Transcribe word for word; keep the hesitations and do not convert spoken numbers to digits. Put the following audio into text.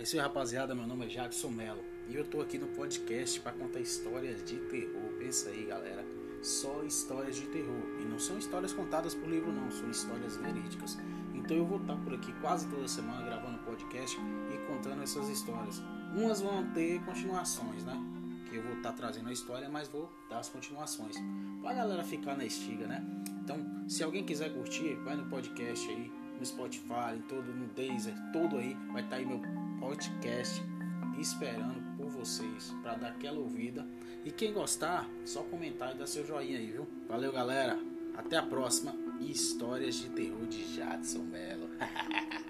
É isso aí, rapaziada, meu nome é Jadson Mello e eu tô aqui no podcast para contar histórias de terror. Pensa aí, galera, só histórias de terror. E não são histórias contadas por livro não, são histórias verídicas. Então eu vou estar por aqui quase toda semana gravando podcast e contando essas histórias. Umas vão ter continuações, né? Que eu vou estar trazendo a história, mas vou dar as continuações pra galera ficar na estiga, né? Então, se alguém quiser curtir, vai no podcast aí, no Spotify, em todo, no Deezer, todo aí, vai estar aí meu podcast esperando por vocês para dar aquela ouvida. E quem gostar, só comentar e dar seu joinha aí, viu? Valeu, galera. Até a próxima. Histórias de terror de Jadson Mello.